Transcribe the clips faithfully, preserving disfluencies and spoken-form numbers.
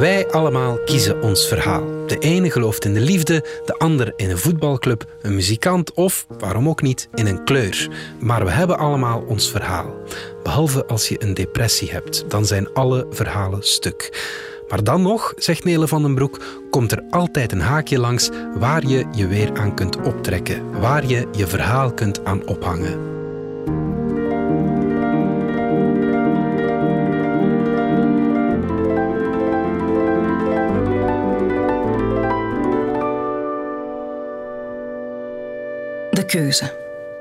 Wij allemaal kiezen ons verhaal. De ene gelooft in de liefde, de ander in een voetbalclub, een muzikant of, waarom ook niet, in een kleur. Maar we hebben allemaal ons verhaal. Behalve als je een depressie hebt, dan zijn alle verhalen stuk. Maar dan nog, zegt Nele van den Broek, komt er altijd een haakje langs waar je je weer aan kunt optrekken, waar je je verhaal kunt aan ophangen. De keuze.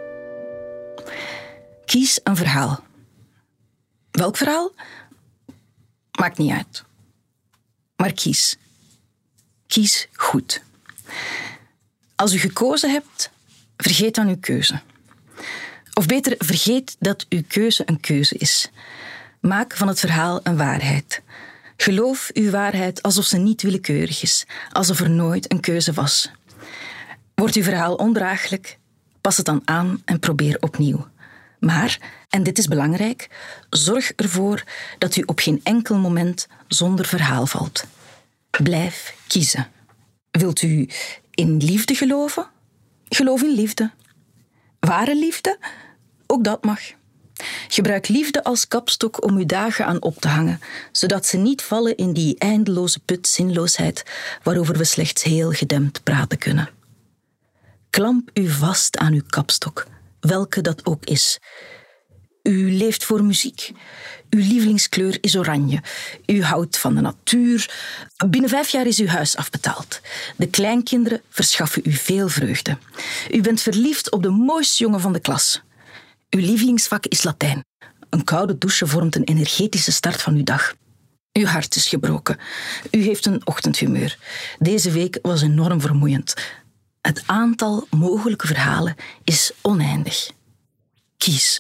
Kies een verhaal. Welk verhaal? Maakt niet uit. Maar kies. Kies goed. Als u gekozen hebt, vergeet dan uw keuze. Of beter, vergeet dat uw keuze een keuze is. Maak van het verhaal een waarheid. Geloof uw waarheid alsof ze niet willekeurig is, alsof er nooit een keuze was. Wordt uw verhaal ondraaglijk? Pas het dan aan en probeer opnieuw. Maar, en dit is belangrijk, zorg ervoor dat u op geen enkel moment zonder verhaal valt. Blijf kiezen. Wilt u in liefde geloven? Geloof in liefde. Ware liefde? Ook dat mag. Gebruik liefde als kapstok om uw dagen aan op te hangen, zodat ze niet vallen in die eindeloze put zinloosheid waarover we slechts heel gedempt praten kunnen. Klamp u vast aan uw kapstok, welke dat ook is. U leeft voor muziek. Uw lievelingskleur is oranje. U houdt van de natuur. Binnen vijf jaar is uw huis afbetaald. De kleinkinderen verschaffen u veel vreugde. U bent verliefd op de mooiste jongen van de klas. Uw lievelingsvak is Latijn. Een koude douche vormt een energetische start van uw dag. Uw hart is gebroken. U heeft een ochtendhumeur. Deze week was enorm vermoeiend. Het aantal mogelijke verhalen is oneindig. Kies.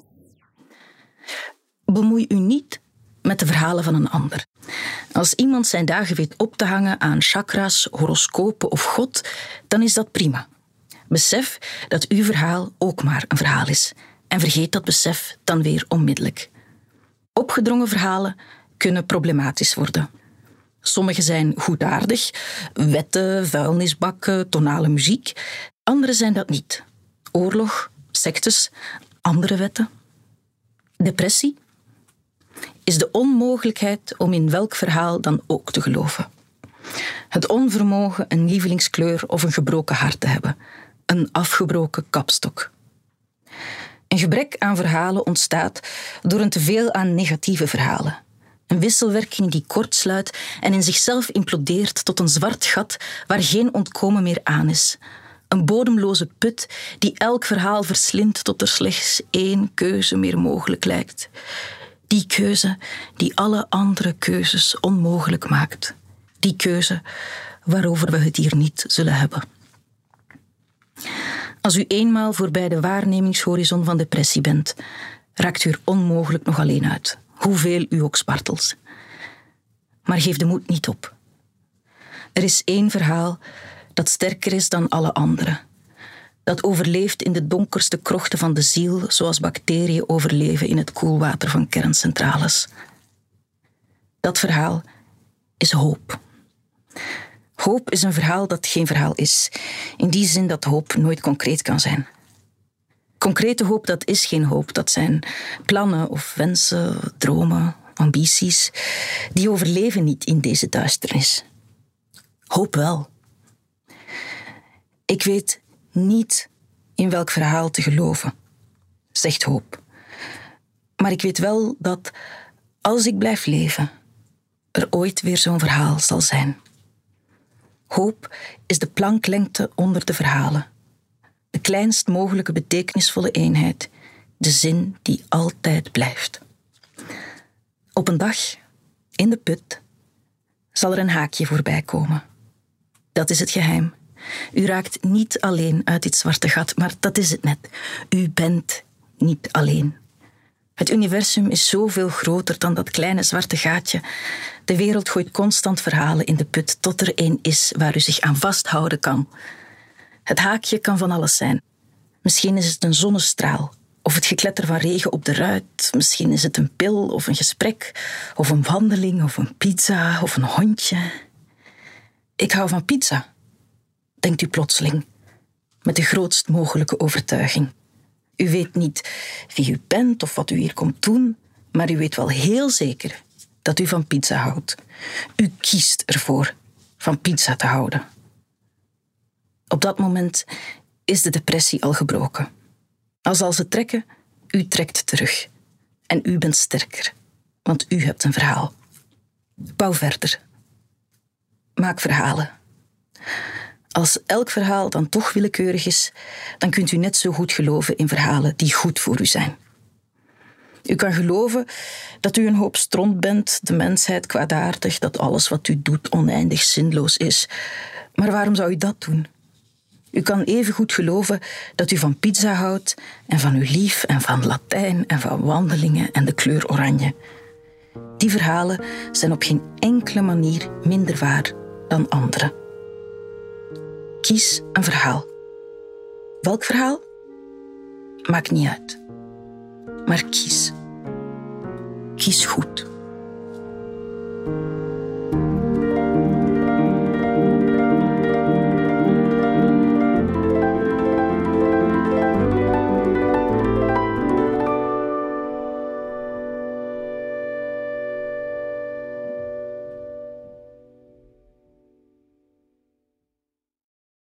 Bemoei u niet met de verhalen van een ander. Als iemand zijn dagen weet op te hangen aan chakra's, horoscopen of God, dan is dat prima. Besef dat uw verhaal ook maar een verhaal is. En vergeet dat besef dan weer onmiddellijk. Opgedrongen verhalen kunnen problematisch worden. Sommige zijn goedaardig, wetten, vuilnisbakken, tonale muziek. Andere zijn dat niet. Oorlog, sectes, andere wetten. Depressie is de onmogelijkheid om in welk verhaal dan ook te geloven. Het onvermogen een lievelingskleur of een gebroken hart te hebben. Een afgebroken kapstok. Een gebrek aan verhalen ontstaat door een teveel aan negatieve verhalen. Een wisselwerking die kortsluit en in zichzelf implodeert tot een zwart gat waar geen ontkomen meer aan is. Een bodemloze put die elk verhaal verslindt tot er slechts één keuze meer mogelijk lijkt. Die keuze die alle andere keuzes onmogelijk maakt. Die keuze waarover we het hier niet zullen hebben. Als u eenmaal voorbij de waarnemingshorizon van depressie bent, raakt u er onmogelijk nog alleen uit. Hoeveel u ook spartelt. Maar geef de moed niet op. Er is één verhaal dat sterker is dan alle andere. Dat overleeft in de donkerste krochten van de ziel, zoals bacteriën overleven in het koelwater van kerncentrales. Dat verhaal is hoop. Hoop is een verhaal dat geen verhaal is. In die zin dat hoop nooit concreet kan zijn. Concrete hoop, dat is geen hoop. Dat zijn plannen of wensen, dromen, ambities. Die overleven niet in deze duisternis. Hoop wel. Ik weet niet in welk verhaal te geloven, zegt hoop. Maar ik weet wel dat als ik blijf leven, er ooit weer zo'n verhaal zal zijn. Hoop is de planklengte onder de verhalen. De kleinst mogelijke betekenisvolle eenheid. De zin die altijd blijft. Op een dag, in de put, zal er een haakje voorbij komen. Dat is het geheim. U raakt niet alleen uit dit zwarte gat, maar dat is het net. U bent niet alleen. Het universum is zoveel groter dan dat kleine zwarte gaatje. De wereld gooit constant verhalen in de put tot er één is waar u zich aan vasthouden kan. Het haakje kan van alles zijn. Misschien is het een zonnestraal Of het gekletter van regen op de ruit. Misschien is het een pil of een gesprek. Of een wandeling of een pizza of een hondje. Ik hou van pizza, denkt u plotseling. Met de grootst mogelijke overtuiging. U weet niet wie u bent of wat u hier komt doen. Maar u weet wel heel zeker dat u van pizza houdt. U kiest ervoor van pizza te houden. Op dat moment is de depressie al gebroken. Als zal ze trekken, u trekt terug. En u bent sterker, want u hebt een verhaal. Bouw verder. Maak verhalen. Als elk verhaal dan toch willekeurig is, dan kunt u net zo goed geloven in verhalen die goed voor u zijn. U kan geloven dat u een hoop stront bent, de mensheid kwaadaardig, dat alles wat u doet oneindig zinloos is. Maar waarom zou u dat doen? U kan evengoed geloven dat u van pizza houdt en van uw lief en van Latijn en van wandelingen en de kleur oranje. Die verhalen zijn op geen enkele manier minder waar dan andere. Kies een verhaal. Welk verhaal? Maakt niet uit. Maar kies. Kies goed.